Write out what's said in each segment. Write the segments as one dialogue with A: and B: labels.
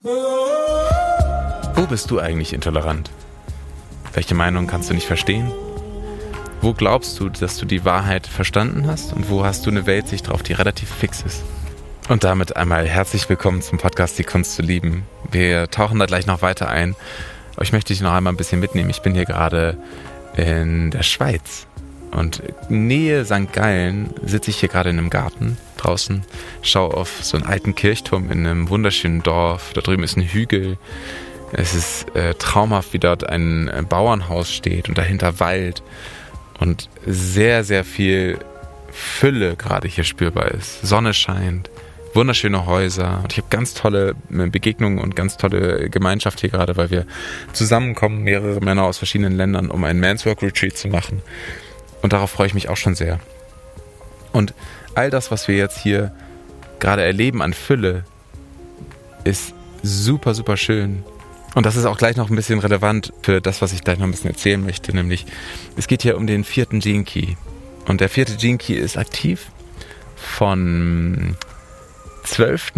A: Wo bist du eigentlich intolerant? Welche Meinung kannst du nicht verstehen? Wo glaubst du, dass du die Wahrheit verstanden hast? Und wo hast du eine Weltsicht drauf, die relativ fix ist? Und damit einmal herzlich willkommen zum Podcast Die Kunst zu lieben. Wir tauchen da gleich noch weiter ein. Aber ich möchte dich noch einmal ein bisschen mitnehmen. Ich bin hier gerade in der Schweiz. Und Nähe St. Gallen sitze ich hier gerade in einem Garten draußen, schaue auf so einen alten Kirchturm in einem wunderschönen Dorf. Da drüben ist ein Hügel. Es ist traumhaft, wie dort ein Bauernhaus steht und dahinter Wald. Und sehr, sehr viel Fülle gerade hier spürbar ist. Sonne scheint, wunderschöne Häuser. Und ich habe ganz tolle Begegnungen und ganz tolle Gemeinschaft hier gerade, weil wir zusammenkommen, mehrere Männer aus verschiedenen Ländern, um einen Men's Work Retreat zu machen. Und darauf freue ich mich auch schon sehr. Und all das, was wir jetzt hier gerade erleben an Fülle, ist super, super schön. Und das ist auch gleich noch ein bisschen relevant für das, was ich gleich noch ein bisschen erzählen möchte. Nämlich, es geht hier um den 4. Gene Key. Und der 4. Gene Key ist aktiv von 12.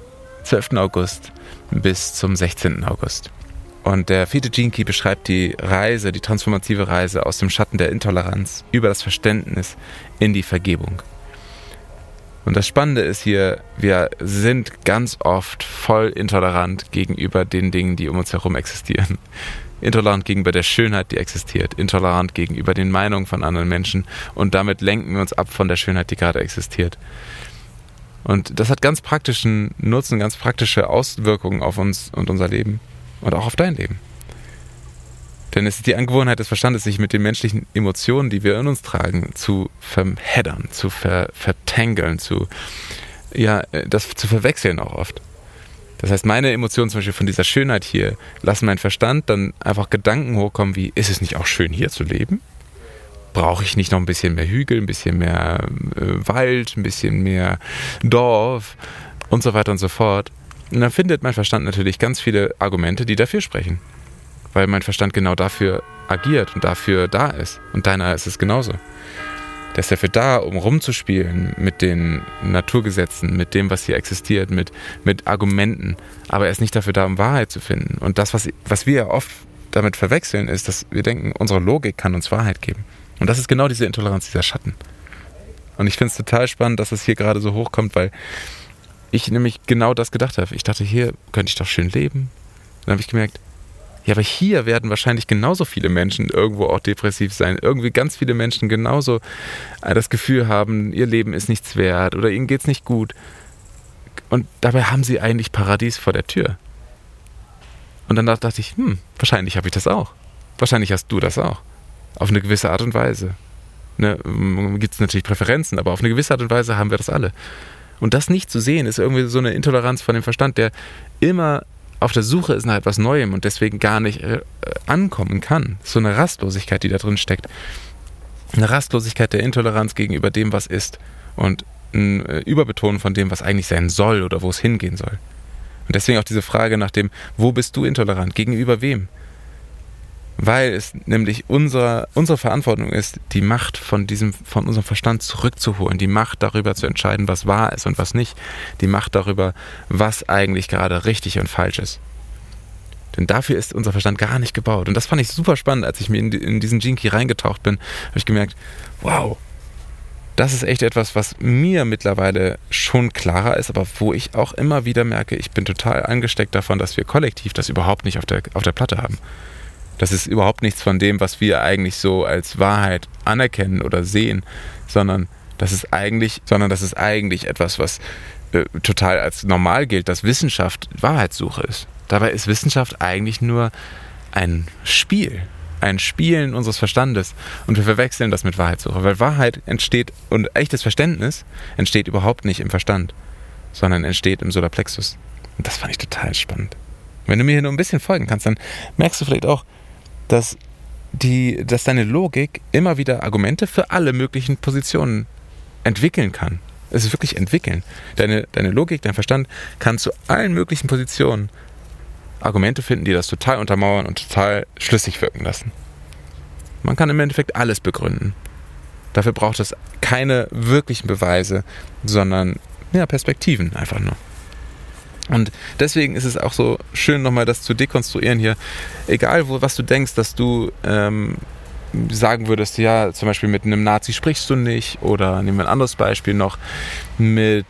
A: August bis zum 16. August. Und der 4. Gene Key beschreibt die Reise, die transformative Reise aus dem Schatten der Intoleranz über das Verständnis in die Vergebung. Und das Spannende ist hier, wir sind ganz oft voll intolerant gegenüber den Dingen, die um uns herum existieren. Intolerant gegenüber der Schönheit, die existiert. Intolerant gegenüber den Meinungen von anderen Menschen. Und damit lenken wir uns ab von der Schönheit, die gerade existiert. Und das hat ganz praktischen Nutzen, ganz praktische Auswirkungen auf uns und unser Leben. Und auch auf dein Leben. Denn es ist die Angewohnheit des Verstandes, sich mit den menschlichen Emotionen, die wir in uns tragen, zu verheddern, zu vertangeln, das zu verwechseln auch oft. Das heißt, meine Emotionen zum Beispiel von dieser Schönheit hier lassen meinen Verstand dann einfach Gedanken hochkommen wie, ist es nicht auch schön hier zu leben? Brauche ich nicht noch ein bisschen mehr Hügel, ein bisschen mehr Wald, ein bisschen mehr Dorf und so weiter und so fort? Und dann findet mein Verstand natürlich ganz viele Argumente, die dafür sprechen. Weil mein Verstand genau dafür agiert und dafür da ist. Und deiner ist es genauso. Der ist dafür da, um rumzuspielen mit den Naturgesetzen, mit dem, was hier existiert, mit Argumenten. Aber er ist nicht dafür da, um Wahrheit zu finden. Und das, was wir oft damit verwechseln, ist, dass wir denken, unsere Logik kann uns Wahrheit geben. Und das ist genau diese Intoleranz, dieser Schatten. Und ich finde es total spannend, dass es hier gerade so hochkommt, weil ich nämlich genau das gedacht habe. Ich dachte, hier könnte ich doch schön leben. Dann habe ich gemerkt, ja, aber hier werden wahrscheinlich genauso viele Menschen irgendwo auch depressiv sein. Irgendwie ganz viele Menschen genauso das Gefühl haben, ihr Leben ist nichts wert oder ihnen geht es nicht gut. Und dabei haben sie eigentlich Paradies vor der Tür. Und dann dachte ich, wahrscheinlich habe ich das auch. Wahrscheinlich hast du das auch. Auf eine gewisse Art und Weise. Gibt es natürlich Präferenzen, aber auf eine gewisse Art und Weise haben wir das alle. Und das nicht zu sehen, ist irgendwie so eine Intoleranz von dem Verstand, der immer auf der Suche ist nach etwas Neuem und deswegen gar nicht ankommen kann. So eine Rastlosigkeit, die da drin steckt. Eine Rastlosigkeit der Intoleranz gegenüber dem, was ist. Und ein Überbetonen von dem, was eigentlich sein soll oder wo es hingehen soll. Und deswegen auch diese Frage nach dem, wo bist du intolerant? Gegenüber wem? Weil es nämlich unsere Verantwortung ist, die Macht von unserem Verstand zurückzuholen, die Macht darüber zu entscheiden, was wahr ist und was nicht, die Macht darüber, was eigentlich gerade richtig und falsch ist. Denn dafür ist unser Verstand gar nicht gebaut. Und das fand ich super spannend, als ich mir in diesen Gene Key reingetaucht bin, habe ich gemerkt, wow, das ist echt etwas, was mir mittlerweile schon klarer ist, aber wo ich auch immer wieder merke, ich bin total angesteckt davon, dass wir kollektiv das überhaupt nicht auf der Platte haben. Das ist überhaupt nichts von dem, was wir eigentlich so als Wahrheit anerkennen oder sehen, sondern das ist eigentlich etwas, was total als normal gilt, dass Wissenschaft Wahrheitssuche ist. Dabei ist Wissenschaft eigentlich nur ein Spielen unseres Verstandes und wir verwechseln das mit Wahrheitssuche, weil Wahrheit entsteht und echtes Verständnis entsteht überhaupt nicht im Verstand, sondern entsteht im Solarplexus. Und das fand ich total spannend. Wenn du mir hier nur ein bisschen folgen kannst, dann merkst du vielleicht auch, dass deine Logik immer wieder Argumente für alle möglichen Positionen entwickeln kann. Es ist wirklich entwickeln. Deine Logik, dein Verstand kann zu allen möglichen Positionen Argumente finden, die das total untermauern und total schlüssig wirken lassen. Man kann im Endeffekt alles begründen. Dafür braucht es keine wirklichen Beweise, sondern Perspektiven einfach nur. Und deswegen ist es auch so schön, nochmal das zu dekonstruieren hier. Egal, was du denkst, dass du sagen würdest, ja, zum Beispiel mit einem Nazi sprichst du nicht, oder nehmen wir ein anderes Beispiel noch, mit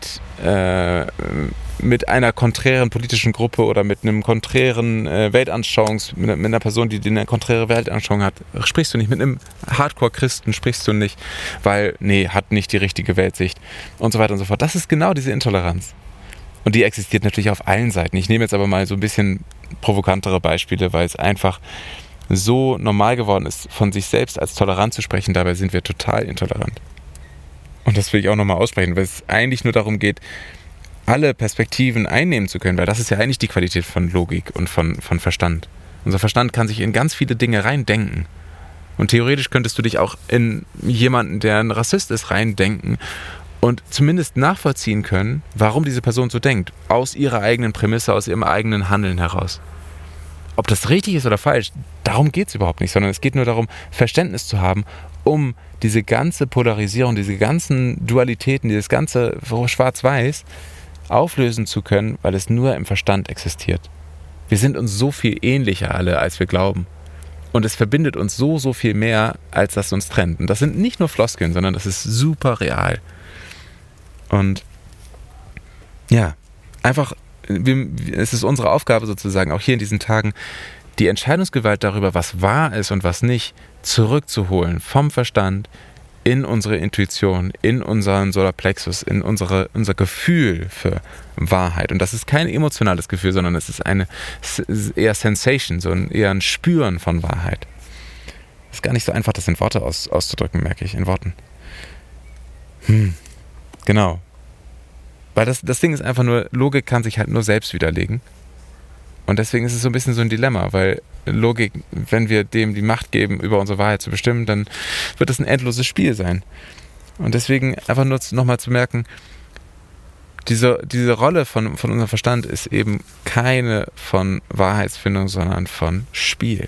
A: einer konträren politischen Gruppe oder mit einem konträren mit einer Person, die eine konträre Weltanschauung hat, sprichst du nicht. Mit einem Hardcore-Christen sprichst du nicht, weil, hat nicht die richtige Weltsicht und so weiter und so fort. Das ist genau diese Intoleranz. Und die existiert natürlich auf allen Seiten. Ich nehme jetzt aber mal so ein bisschen provokantere Beispiele, weil es einfach so normal geworden ist, von sich selbst als tolerant zu sprechen. Dabei sind wir total intolerant. Und das will ich auch nochmal aussprechen, weil es eigentlich nur darum geht, alle Perspektiven einnehmen zu können, weil das ist ja eigentlich die Qualität von Logik und von Verstand. Unser Verstand kann sich in ganz viele Dinge reindenken. Und theoretisch könntest du dich auch in jemanden, der ein Rassist ist, reindenken und zumindest nachvollziehen können, warum diese Person so denkt. Aus ihrer eigenen Prämisse, aus ihrem eigenen Handeln heraus. Ob das richtig ist oder falsch, darum geht es überhaupt nicht, sondern es geht nur darum, Verständnis zu haben, um diese ganze Polarisierung, diese ganzen Dualitäten, dieses ganze Schwarz-Weiß auflösen zu können, weil es nur im Verstand existiert. Wir sind uns so viel ähnlicher alle, als wir glauben. Und es verbindet uns so viel mehr, als das uns trennt. Und das sind nicht nur Floskeln, sondern das ist super real. Und ja, einfach, es ist unsere Aufgabe sozusagen, auch hier in diesen Tagen, die Entscheidungsgewalt darüber, was wahr ist und was nicht, zurückzuholen vom Verstand in unsere Intuition, in unseren Solarplexus, in unser Gefühl für Wahrheit. Und das ist kein emotionales Gefühl, sondern es ist eher Sensation, eher ein Spüren von Wahrheit. Es ist gar nicht so einfach, das in Worte auszudrücken, merke ich, in Worten. Genau. Weil das Ding ist einfach nur, Logik kann sich halt nur selbst widerlegen. Und deswegen ist es so ein bisschen so ein Dilemma, weil Logik, wenn wir dem die Macht geben, über unsere Wahrheit zu bestimmen, dann wird es ein endloses Spiel sein. Und deswegen einfach nur nochmal zu merken, diese Rolle von unserem Verstand ist eben keine von Wahrheitsfindung, sondern von Spiel.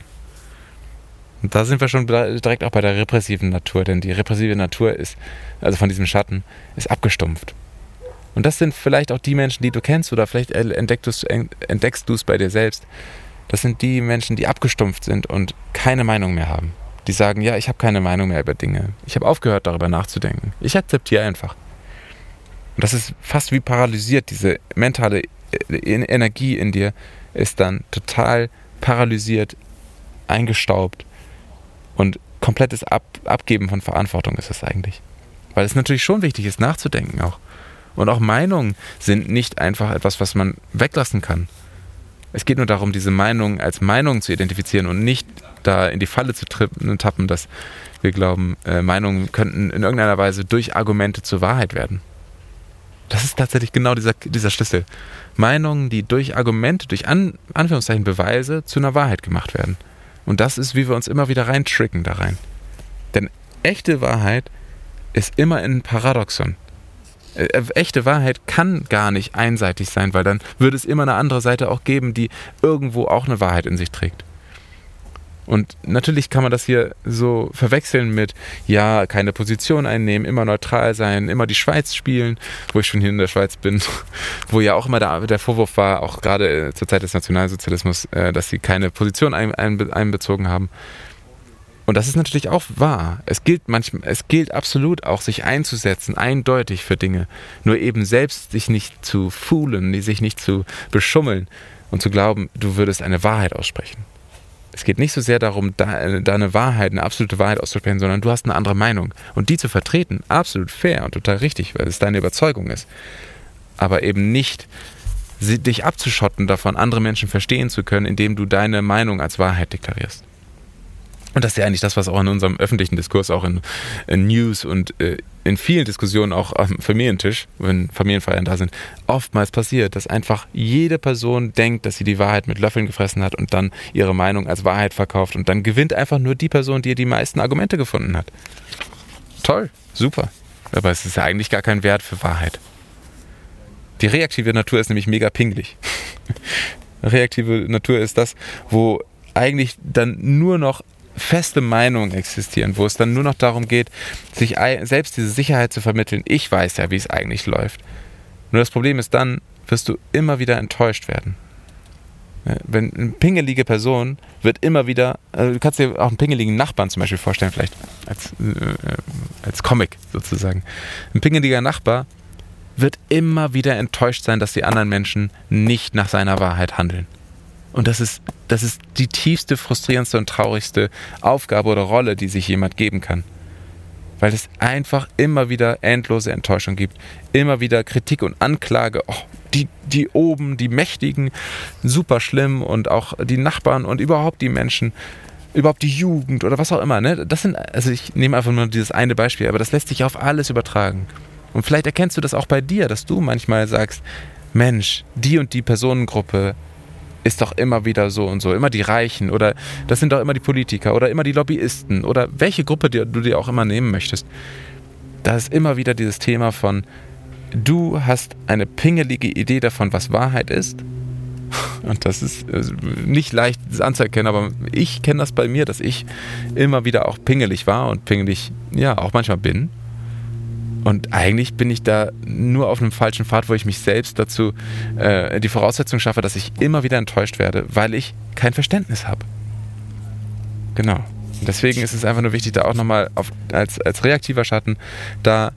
A: Und da sind wir schon direkt auch bei der repressiven Natur, denn die repressive Natur ist, also von diesem Schatten, ist abgestumpft. Und das sind vielleicht auch die Menschen, die du kennst, oder vielleicht entdeckst du es bei dir selbst. Das sind die Menschen, die abgestumpft sind und keine Meinung mehr haben. Die sagen, ja, ich habe keine Meinung mehr über Dinge. Ich habe aufgehört, darüber nachzudenken. Ich akzeptiere einfach. Und das ist fast wie paralysiert. Diese mentale Energie in dir ist dann total paralysiert, eingestaubt. Und komplettes Abgeben von Verantwortung ist es eigentlich. Weil es natürlich schon wichtig ist, nachzudenken auch. Und auch Meinungen sind nicht einfach etwas, was man weglassen kann. Es geht nur darum, diese Meinung als Meinung zu identifizieren und nicht da in die Falle zu tappen, dass wir glauben, Meinungen könnten in irgendeiner Weise durch Argumente zur Wahrheit werden. Das ist tatsächlich genau dieser Schlüssel. Meinungen, die durch Argumente, durch Anführungszeichen Beweise zu einer Wahrheit gemacht werden. Und das ist, wie wir uns immer wieder reintricken da rein. Denn echte Wahrheit ist immer ein Paradoxon. Echte Wahrheit kann gar nicht einseitig sein, weil dann würde es immer eine andere Seite auch geben, die irgendwo auch eine Wahrheit in sich trägt. Und natürlich kann man das hier so verwechseln mit, ja, keine Position einnehmen, immer neutral sein, immer die Schweiz spielen, wo ich schon hier in der Schweiz bin, wo ja auch immer der Vorwurf war, auch gerade zur Zeit des Nationalsozialismus, dass sie keine Position einbezogen haben. Und das ist natürlich auch wahr. Es gilt absolut auch, sich einzusetzen, eindeutig für Dinge. Nur eben selbst sich nicht zu foolen, sich nicht zu beschummeln und zu glauben, du würdest eine Wahrheit aussprechen. Es geht nicht so sehr darum, deine Wahrheit, eine absolute Wahrheit auszusprechen, sondern du hast eine andere Meinung. Und die zu vertreten, absolut fair und total richtig, weil es deine Überzeugung ist. Aber eben nicht dich abzuschotten davon, andere Menschen verstehen zu können, indem du deine Meinung als Wahrheit deklarierst. Und das ist ja eigentlich das, was auch in unserem öffentlichen Diskurs, auch in News und in vielen Diskussionen auch am Familientisch, wenn Familienfeiern da sind, oftmals passiert, dass einfach jede Person denkt, dass sie die Wahrheit mit Löffeln gefressen hat und dann ihre Meinung als Wahrheit verkauft und dann gewinnt einfach nur die Person, die die meisten Argumente gefunden hat. Toll, super. Aber es ist ja eigentlich gar kein Wert für Wahrheit. Die reaktive Natur ist nämlich mega pingelig. Reaktive Natur ist das, wo eigentlich dann nur noch feste Meinungen existieren, wo es dann nur noch darum geht, sich selbst diese Sicherheit zu vermitteln. Ich weiß ja, wie es eigentlich läuft. Nur das Problem ist dann, wirst du immer wieder enttäuscht werden. Wenn eine pingelige Person wird immer wieder, du kannst dir auch einen pingeligen Nachbarn zum Beispiel vorstellen, vielleicht als Comic sozusagen. Ein pingeliger Nachbar wird immer wieder enttäuscht sein, dass die anderen Menschen nicht nach seiner Wahrheit handeln. Und das ist die tiefste, frustrierendste und traurigste Aufgabe oder Rolle, die sich jemand geben kann. Weil es einfach immer wieder endlose Enttäuschung gibt. Immer wieder Kritik und Anklage. Oh, die oben, die Mächtigen, super schlimm. Und auch die Nachbarn und überhaupt die Menschen, überhaupt die Jugend oder was auch immer. Ne? Also ich nehme einfach nur dieses eine Beispiel, aber das lässt sich auf alles übertragen. Und vielleicht erkennst du das auch bei dir, dass du manchmal sagst, Mensch, die und die Personengruppe ist doch immer wieder so und so, immer die Reichen oder das sind doch immer die Politiker oder immer die Lobbyisten oder welche Gruppe du dir auch immer nehmen möchtest. Da ist immer wieder dieses Thema von, du hast eine pingelige Idee davon, was Wahrheit ist. Und das ist nicht leicht anzuerkennen, aber ich kenne das bei mir, dass ich immer wieder auch pingelig war und pingelig, ja, auch manchmal bin. Und eigentlich bin ich da nur auf einem falschen Pfad, wo ich mich selbst dazu die Voraussetzung schaffe, dass ich immer wieder enttäuscht werde, weil ich kein Verständnis habe. Genau. Und deswegen ist es einfach nur wichtig, da auch nochmal als reaktiver Schatten da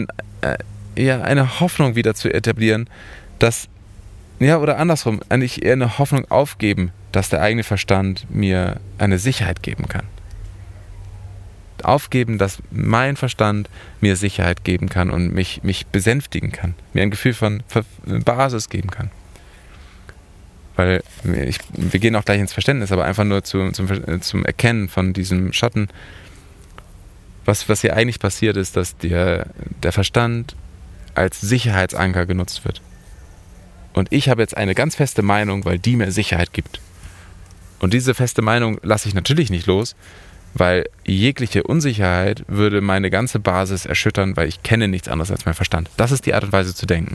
A: eine Hoffnung wieder zu etablieren, dass, ja, oder andersrum, eigentlich eher eine Hoffnung aufgeben, dass der eigene Verstand mir eine Sicherheit geben kann. Aufgeben, dass mein Verstand mir Sicherheit geben kann und mich besänftigen kann, mir ein Gefühl von Basis geben kann. Weil wir gehen auch gleich ins Verständnis, aber einfach nur zum Erkennen von diesem Schatten. Was hier eigentlich passiert ist, dass der Verstand als Sicherheitsanker genutzt wird. Und ich habe jetzt eine ganz feste Meinung, weil die mir Sicherheit gibt. Und diese feste Meinung lasse ich natürlich nicht los, weil jegliche Unsicherheit würde meine ganze Basis erschüttern, weil ich kenne nichts anderes als mein Verstand. Das ist die Art und Weise zu denken.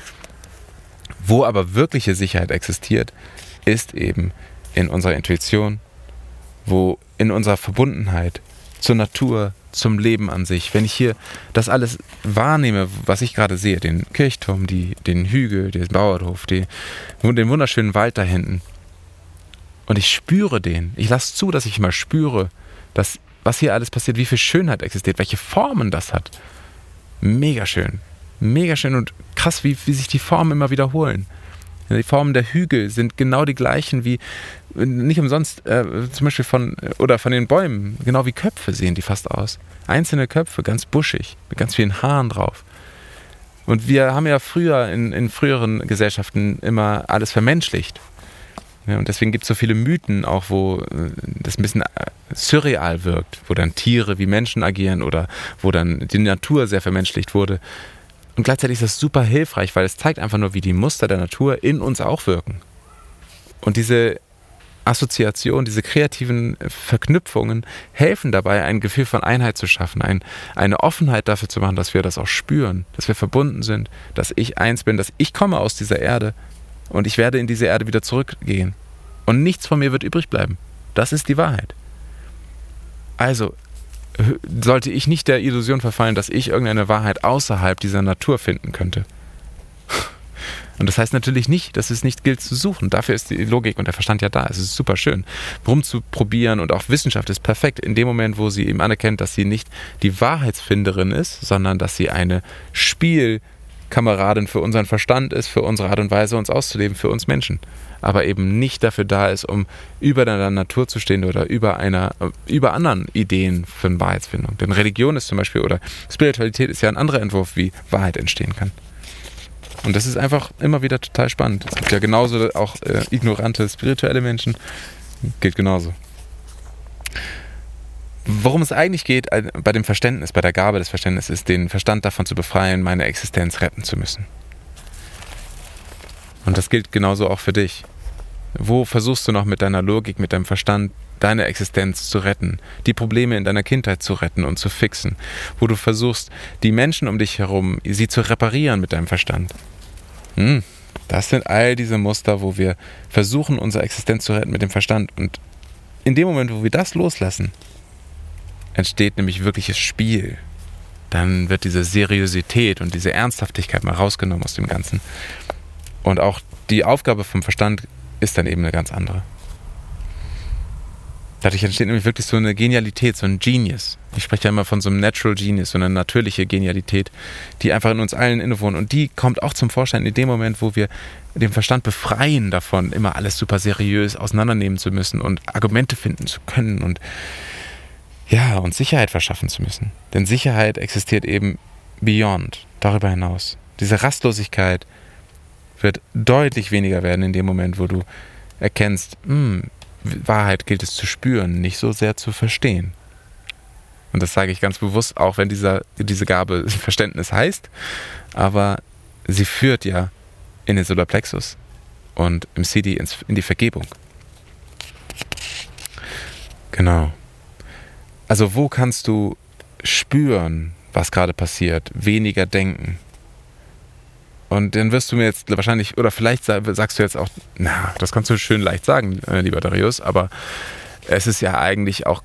A: Wo aber wirkliche Sicherheit existiert, ist eben in unserer Intuition, wo in unserer Verbundenheit zur Natur, zum Leben an sich. Wenn ich hier das alles wahrnehme, was ich gerade sehe, den Kirchturm, den Hügel, den Bauernhof, den wunderschönen Wald da hinten, und ich spüre den, ich lasse zu, dass ich mal spüre, was hier alles passiert, wie viel Schönheit existiert, welche Formen das hat. Mega schön und krass, wie sich die Formen immer wiederholen. Die Formen der Hügel sind genau die gleichen wie, nicht umsonst, zum Beispiel von den Bäumen, genau wie Köpfe sehen die fast aus. Einzelne Köpfe, ganz buschig, mit ganz vielen Haaren drauf. Und wir haben ja früher, in früheren Gesellschaften immer alles vermenschlicht. Ja, und deswegen gibt es so viele Mythen auch, wo das ein bisschen surreal wirkt, wo dann Tiere wie Menschen agieren oder wo dann die Natur sehr vermenschlicht wurde. Und gleichzeitig ist das super hilfreich, weil es zeigt einfach nur, wie die Muster der Natur in uns auch wirken. Und diese Assoziation, diese kreativen Verknüpfungen helfen dabei, ein Gefühl von Einheit zu schaffen, eine Offenheit dafür zu machen, dass wir das auch spüren, dass wir verbunden sind, dass ich eins bin, dass ich komme aus dieser Erde und ich werde in diese Erde wieder zurückgehen. Und nichts von mir wird übrig bleiben. Das ist die Wahrheit. Also sollte ich nicht der Illusion verfallen, dass ich irgendeine Wahrheit außerhalb dieser Natur finden könnte. Und das heißt natürlich nicht, dass es nicht gilt zu suchen. Dafür ist die Logik und der Verstand ja da. Es ist super schön, rumzuprobieren, und auch Wissenschaft ist perfekt in dem Moment, wo sie eben anerkennt, dass sie nicht die Wahrheitsfinderin ist, sondern dass sie eine Spielkameradin für unseren Verstand ist, für unsere Art und Weise, uns auszuleben, für uns Menschen. Aber eben nicht dafür da ist, um über der Natur zu stehen oder über anderen Ideen für Wahrheitsfindung. Denn Religion ist zum Beispiel, oder Spiritualität ist ja ein anderer Entwurf, wie Wahrheit entstehen kann. Und das ist einfach immer wieder total spannend. Es gibt ja genauso auch ignorante, spirituelle Menschen. Gilt genauso. Worum es eigentlich geht bei dem Verständnis, bei der Gabe des Verständnisses, ist, den Verstand davon zu befreien, meine Existenz retten zu müssen. Und das gilt genauso auch für dich. Wo versuchst du noch mit deiner Logik, mit deinem Verstand, deine Existenz zu retten, die Probleme in deiner Kindheit zu retten und zu fixen? Wo du versuchst, die Menschen um dich herum, sie zu reparieren mit deinem Verstand? Das sind all diese Muster, wo wir versuchen, unsere Existenz zu retten mit dem Verstand. Und in dem Moment, wo wir das loslassen, entsteht nämlich wirkliches Spiel. Dann wird diese Seriosität und diese Ernsthaftigkeit mal rausgenommen aus dem Ganzen. Und auch die Aufgabe vom Verstand ist dann eben eine ganz andere. Dadurch entsteht nämlich wirklich so eine Genialität, so ein Genius. Ich spreche ja immer von so einem Natural Genius, so eine natürliche Genialität, die einfach in uns allen innewohnt. Und die kommt auch zum Vorschein in dem Moment, wo wir den Verstand befreien davon, immer alles super seriös auseinandernehmen zu müssen und Argumente finden zu können und ja, uns Sicherheit verschaffen zu müssen. Denn Sicherheit existiert eben beyond, darüber hinaus. Diese Rastlosigkeit wird deutlich weniger werden in dem Moment, wo du erkennst, Wahrheit gilt es zu spüren, nicht so sehr zu verstehen. Und das sage ich ganz bewusst, auch wenn diese Gabe Verständnis heißt, aber sie führt ja in den Solarplexus und im CD in die Vergebung. Genau. Also wo kannst du spüren, was gerade passiert, weniger denken? Und dann wirst du mir jetzt wahrscheinlich, oder vielleicht sagst du jetzt auch, na, das kannst du schön leicht sagen, lieber Darius, aber es ist ja eigentlich auch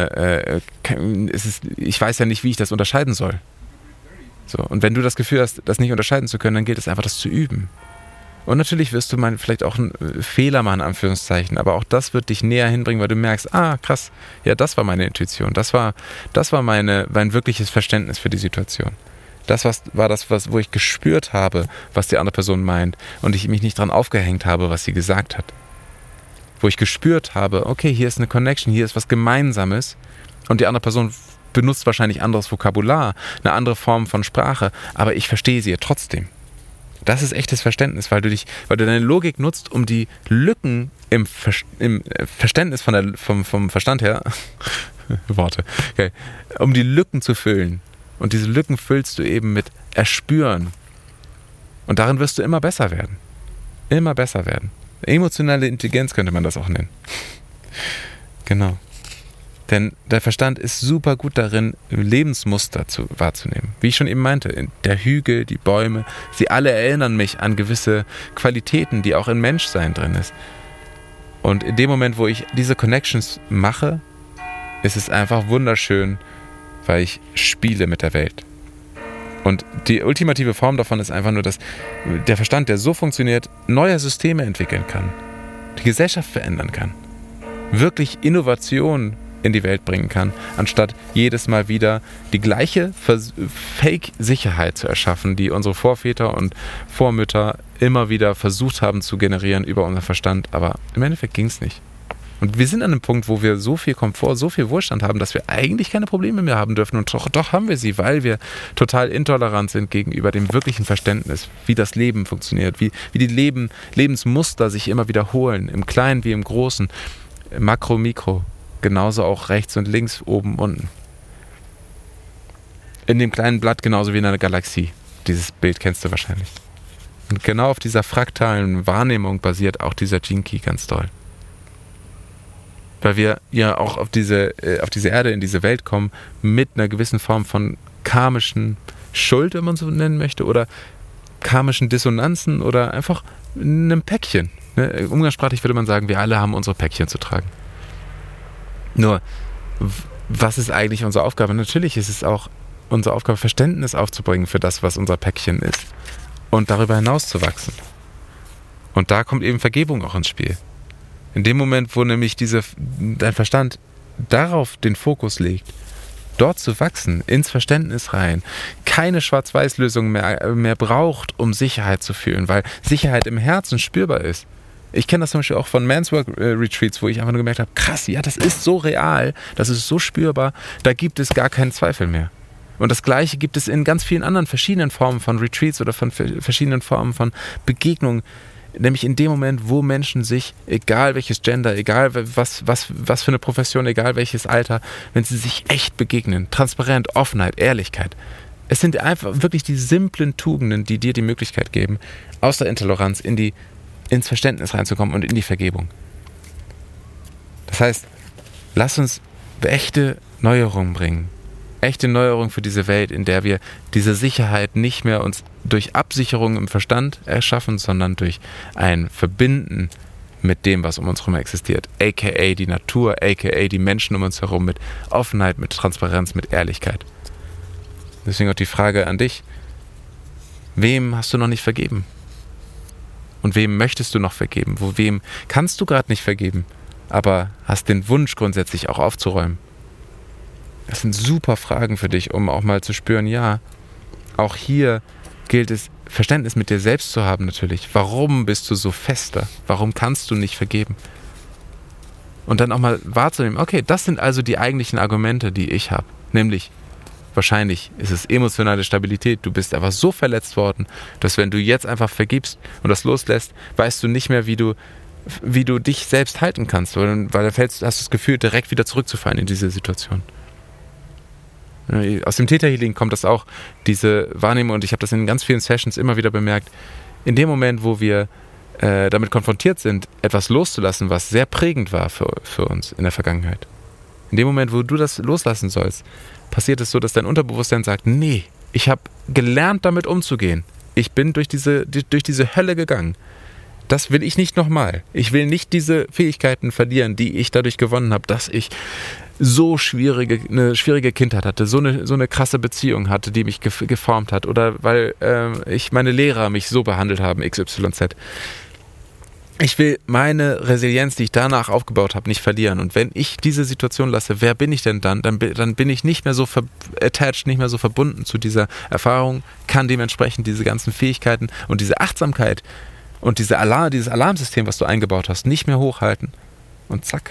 A: ich weiß ja nicht, wie ich das unterscheiden soll. So, und wenn du das Gefühl hast, das nicht unterscheiden zu können, dann gilt es einfach, das zu üben. Und natürlich wirst du vielleicht auch einen Fehler machen, Anführungszeichen, aber auch das wird dich näher hinbringen, weil du merkst, krass, ja, das war meine Intuition, das war mein wirkliches Verständnis für die Situation. Das war das, wo ich gespürt habe, was die andere Person meint und ich mich nicht dran aufgehängt habe, was sie gesagt hat. Wo ich gespürt habe, okay, hier ist eine Connection, hier ist was Gemeinsames und die andere Person benutzt wahrscheinlich anderes Vokabular, eine andere Form von Sprache, aber ich verstehe sie ja trotzdem. Das ist echtes Verständnis, weil du deine Logik nutzt, um die Lücken im Verständnis vom Verstand her, Worte, okay, um die Lücken zu füllen. Und diese Lücken füllst du eben mit Erspüren. Und darin wirst du immer besser werden. Immer besser werden. Emotionale Intelligenz könnte man das auch nennen. Genau. Denn der Verstand ist super gut darin, Lebensmuster wahrzunehmen. Wie ich schon eben meinte, der Hügel, die Bäume, sie alle erinnern mich an gewisse Qualitäten, die auch im Menschsein drin ist. Und in dem Moment, wo ich diese Connections mache, ist es einfach wunderschön, weil ich spiele mit der Welt. Und die ultimative Form davon ist einfach nur, dass der Verstand, der so funktioniert, neue Systeme entwickeln kann, die Gesellschaft verändern kann, wirklich Innovation in die Welt bringen kann, anstatt jedes Mal wieder die gleiche Fake-Sicherheit zu erschaffen, die unsere Vorväter und Vormütter immer wieder versucht haben zu generieren über unseren Verstand. Aber im Endeffekt ging es nicht. Und wir sind an einem Punkt, wo wir so viel Komfort, so viel Wohlstand haben, dass wir eigentlich keine Probleme mehr haben dürfen. Und doch haben wir sie, weil wir total intolerant sind gegenüber dem wirklichen Verständnis, wie das Leben funktioniert, wie die Lebensmuster sich immer wiederholen, im Kleinen wie im Großen, Makro, Mikro, genauso auch rechts und links, oben, unten. In dem kleinen Blatt genauso wie in einer Galaxie. Dieses Bild kennst du wahrscheinlich. Und genau auf dieser fraktalen Wahrnehmung basiert auch dieser Gene Key ganz doll. Weil wir ja auch auf diese Erde, in diese Welt kommen, mit einer gewissen Form von karmischen Schuld, wenn man so nennen möchte, oder karmischen Dissonanzen oder einfach einem Päckchen. Umgangssprachlich würde man sagen, wir alle haben unsere Päckchen zu tragen. Nur, was ist eigentlich unsere Aufgabe? Natürlich ist es auch unsere Aufgabe, Verständnis aufzubringen für das, was unser Päckchen ist. Und darüber hinaus zu wachsen. Und da kommt eben Vergebung auch ins Spiel. In dem Moment, wo nämlich dein Verstand darauf den Fokus legt, dort zu wachsen, ins Verständnis rein, keine Schwarz-Weiß-Lösung mehr braucht, um Sicherheit zu fühlen, weil Sicherheit im Herzen spürbar ist. Ich kenne das zum Beispiel auch von Man's Work Retreats, wo ich einfach nur gemerkt habe, krass, ja, das ist so real, das ist so spürbar, da gibt es gar keinen Zweifel mehr. Und das Gleiche gibt es in ganz vielen anderen verschiedenen Formen von Retreats oder von verschiedenen Formen von Begegnungen. Nämlich in dem Moment, wo Menschen sich, egal welches Gender, egal was für eine Profession, egal welches Alter, wenn sie sich echt begegnen, transparent, Offenheit, Ehrlichkeit. Es sind einfach wirklich die simplen Tugenden, die dir die Möglichkeit geben, aus der Intoleranz ins Verständnis reinzukommen und in die Vergebung. Das heißt, lass uns echte Neuerungen bringen. Echte Neuerung für diese Welt, in der wir diese Sicherheit nicht mehr uns durch Absicherung im Verstand erschaffen, sondern durch ein Verbinden mit dem, was um uns herum existiert, aka die Natur, aka die Menschen um uns herum, mit Offenheit, mit Transparenz, mit Ehrlichkeit. Deswegen auch die Frage an dich, wem hast du noch nicht vergeben? Und wem möchtest du noch vergeben? Wem kannst du gerade nicht vergeben, aber hast den Wunsch grundsätzlich auch aufzuräumen? Das sind super Fragen für dich, um auch mal zu spüren, ja, auch hier gilt es, Verständnis mit dir selbst zu haben natürlich. Warum bist du so fester? Warum kannst du nicht vergeben? Und dann auch mal wahrzunehmen, okay, das sind also die eigentlichen Argumente, die ich habe. Nämlich, wahrscheinlich ist es emotionale Stabilität. Du bist einfach so verletzt worden, dass wenn du jetzt einfach vergibst und das loslässt, weißt du nicht mehr, wie du dich selbst halten kannst. Weil dann hast du das Gefühl, direkt wieder zurückzufallen in diese Situation. Aus dem Theta Healing kommt das auch, diese Wahrnehmung, und ich habe das in ganz vielen Sessions immer wieder bemerkt, in dem Moment, wo wir damit konfrontiert sind, etwas loszulassen, was sehr prägend war für uns in der Vergangenheit. In dem Moment, wo du das loslassen sollst, passiert es so, dass dein Unterbewusstsein sagt, nee, ich habe gelernt, damit umzugehen. Ich bin durch diese Hölle gegangen. Das will ich nicht nochmal. Ich will nicht diese Fähigkeiten verlieren, die ich dadurch gewonnen habe, dass ich eine schwierige Kindheit hatte, so eine krasse Beziehung hatte, die mich geformt hat, oder weil meine Lehrer mich so behandelt haben, XYZ. Ich will meine Resilienz, die ich danach aufgebaut habe, nicht verlieren. Und wenn ich diese Situation lasse, wer bin ich denn dann? Dann bin ich nicht mehr so attached, nicht mehr so verbunden zu dieser Erfahrung, kann dementsprechend diese ganzen Fähigkeiten und diese Achtsamkeit und dieses Alarmsystem, was du eingebaut hast, nicht mehr hochhalten. Und zack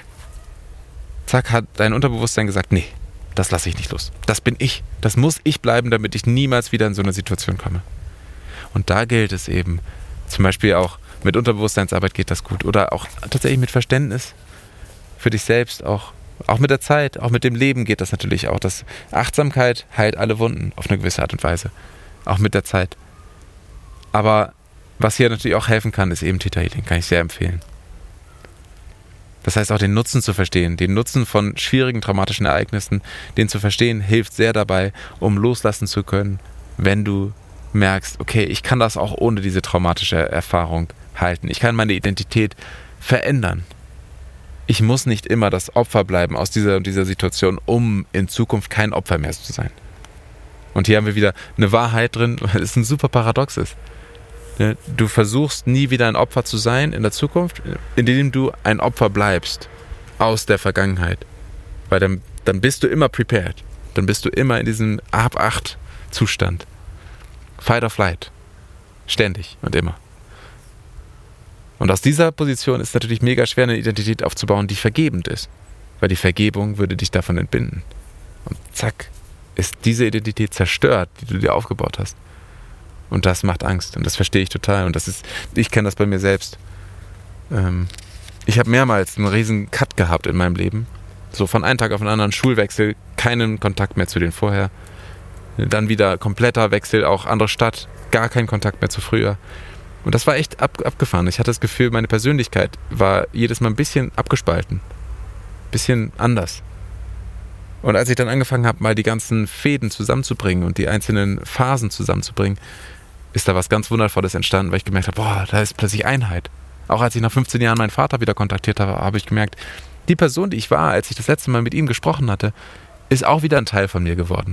A: hat dein Unterbewusstsein gesagt, nee, das lasse ich nicht los. Das bin ich. Das muss ich bleiben, damit ich niemals wieder in so eine Situation komme. Und da gilt es eben, zum Beispiel auch mit Unterbewusstseinsarbeit geht das gut. Oder auch tatsächlich mit Verständnis für dich selbst, auch mit der Zeit, auch mit dem Leben geht das natürlich auch. Das Achtsamkeit heilt alle Wunden auf eine gewisse Art und Weise. Auch mit der Zeit. Aber was hier natürlich auch helfen kann, ist eben Theta Healing. Kann ich sehr empfehlen. Das heißt auch den Nutzen zu verstehen, den Nutzen von schwierigen traumatischen Ereignissen, den zu verstehen, hilft sehr dabei, um loslassen zu können, wenn du merkst, okay, ich kann das auch ohne diese traumatische Erfahrung halten. Ich kann meine Identität verändern. Ich muss nicht immer das Opfer bleiben aus dieser Situation, um in Zukunft kein Opfer mehr zu sein. Und hier haben wir wieder eine Wahrheit drin, weil es ein super Paradox ist. Du versuchst nie wieder ein Opfer zu sein in der Zukunft, indem du ein Opfer bleibst aus der Vergangenheit. Weil dann bist du immer prepared. Dann bist du immer in diesem Hab-Acht-Zustand. Fight or flight. Ständig und immer. Und aus dieser Position ist es natürlich mega schwer, eine Identität aufzubauen, die vergebend ist. Weil die Vergebung würde dich davon entbinden. Und zack, ist diese Identität zerstört, die du dir aufgebaut hast. Und das macht Angst. Und das verstehe ich total. Und ich kenne das bei mir selbst. Ich habe mehrmals einen riesen Cut gehabt in meinem Leben. So von einem Tag auf den anderen Schulwechsel, keinen Kontakt mehr zu den vorher. Dann wieder kompletter Wechsel, auch andere Stadt, gar keinen Kontakt mehr zu früher. Und das war echt abgefahren. Ich hatte das Gefühl, meine Persönlichkeit war jedes Mal ein bisschen abgespalten. Ein bisschen anders. Und als ich dann angefangen habe, mal die ganzen Fäden zusammenzubringen und die einzelnen Phasen zusammenzubringen, ist da was ganz Wundervolles entstanden, weil ich gemerkt habe, boah, da ist plötzlich Einheit. Auch als ich nach 15 Jahren meinen Vater wieder kontaktiert habe, habe ich gemerkt, die Person, die ich war, als ich das letzte Mal mit ihm gesprochen hatte, ist auch wieder ein Teil von mir geworden.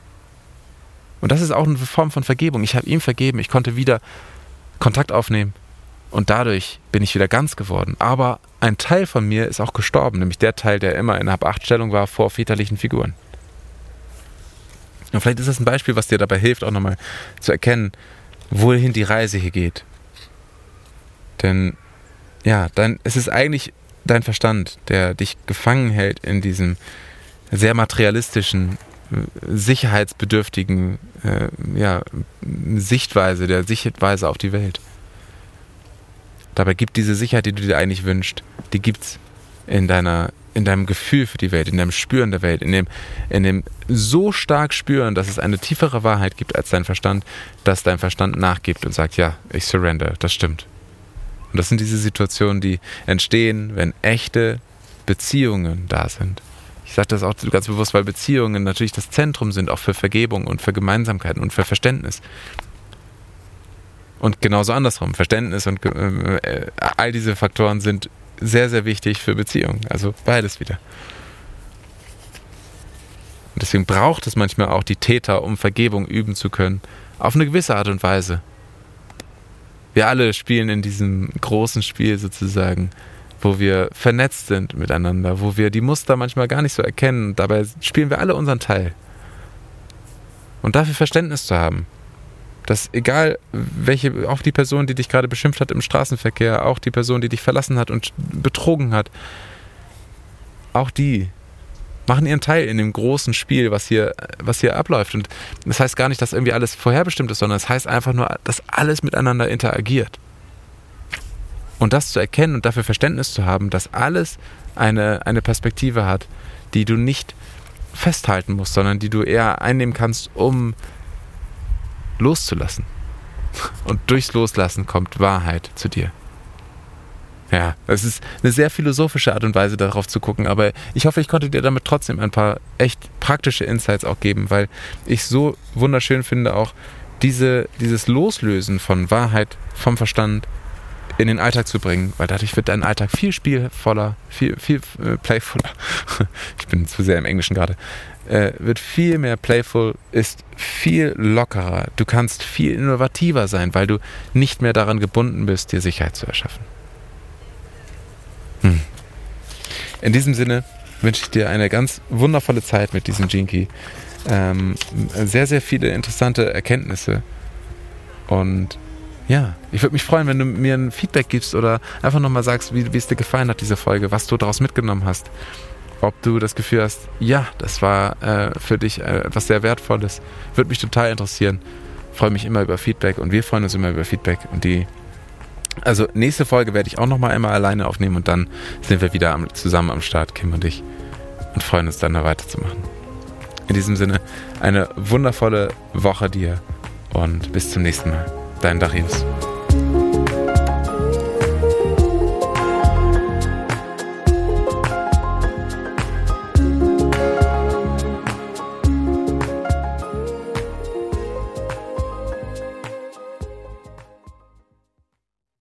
A: Und das ist auch eine Form von Vergebung. Ich habe ihm vergeben, ich konnte wieder Kontakt aufnehmen und dadurch bin ich wieder ganz geworden. Aber ein Teil von mir ist auch gestorben, nämlich der Teil, der immer in Hab-Acht-Stellung war vor väterlichen Figuren. Und vielleicht ist das ein Beispiel, was dir dabei hilft, auch nochmal zu erkennen, wohin die Reise hier geht. Denn ja, es ist eigentlich dein Verstand, der dich gefangen hält in diesem sehr materialistischen, sicherheitsbedürftigen Sichtweise auf die Welt. Dabei gibt diese Sicherheit, die du dir eigentlich wünschst, die gibt's in deinem Gefühl für die Welt, in deinem Spüren der Welt, in dem so stark Spüren, dass es eine tiefere Wahrheit gibt als dein Verstand, dass dein Verstand nachgibt und sagt, ja, ich surrender, das stimmt. Und das sind diese Situationen, die entstehen, wenn echte Beziehungen da sind. Ich sage das auch ganz bewusst, weil Beziehungen natürlich das Zentrum sind, auch für Vergebung und für Gemeinsamkeiten und für Verständnis. Und genauso andersrum. Verständnis und all diese Faktoren sind sehr, sehr wichtig für Beziehungen. Also beides wieder. Und deswegen braucht es manchmal auch die Täter, um Vergebung üben zu können. Auf eine gewisse Art und Weise. Wir alle spielen in diesem großen Spiel sozusagen, wo wir vernetzt sind miteinander, wo wir die Muster manchmal gar nicht so erkennen. Dabei spielen wir alle unseren Teil. Und dafür Verständnis zu haben, dass egal welche, auch die Person, die dich gerade beschimpft hat im Straßenverkehr, auch die Person, die dich verlassen hat und betrogen hat, auch die machen ihren Teil in dem großen Spiel, was hier abläuft. Und das heißt gar nicht, dass irgendwie alles vorherbestimmt ist, sondern es heißt einfach nur, dass alles miteinander interagiert. Und das zu erkennen und dafür Verständnis zu haben, dass alles eine Perspektive hat, die du nicht festhalten musst, sondern die du eher einnehmen kannst, um loszulassen. Und durchs Loslassen kommt Wahrheit zu dir. Ja, es ist eine sehr philosophische Art und Weise, darauf zu gucken, aber ich hoffe, ich konnte dir damit trotzdem ein paar echt praktische Insights auch geben, weil ich so wunderschön finde, auch dieses Loslösen von Wahrheit, vom Verstand in den Alltag zu bringen, weil dadurch wird dein Alltag viel spielvoller, viel playfuller. Ich bin zu sehr im Englischen gerade. Wird viel mehr playful, ist viel lockerer. Du kannst viel innovativer sein, weil du nicht mehr daran gebunden bist, dir Sicherheit zu erschaffen. In diesem Sinne wünsche ich dir eine ganz wundervolle Zeit mit diesem Gene Key. Sehr, sehr viele interessante Erkenntnisse. Und ja, ich würde mich freuen, wenn du mir ein Feedback gibst oder einfach nochmal sagst, wie es dir gefallen hat, diese Folge, was du daraus mitgenommen hast. Ob du das Gefühl hast, ja, das war für dich etwas sehr Wertvolles. Würde mich total interessieren. Freue mich immer über Feedback und wir freuen uns immer über Feedback. Also nächste Folge werde ich auch nochmal einmal alleine aufnehmen und dann sind wir wieder zusammen am Start, Kim und ich, und freuen uns dann da weiterzumachen. In diesem Sinne, eine wundervolle Woche dir und bis zum nächsten Mal. Dein Darius.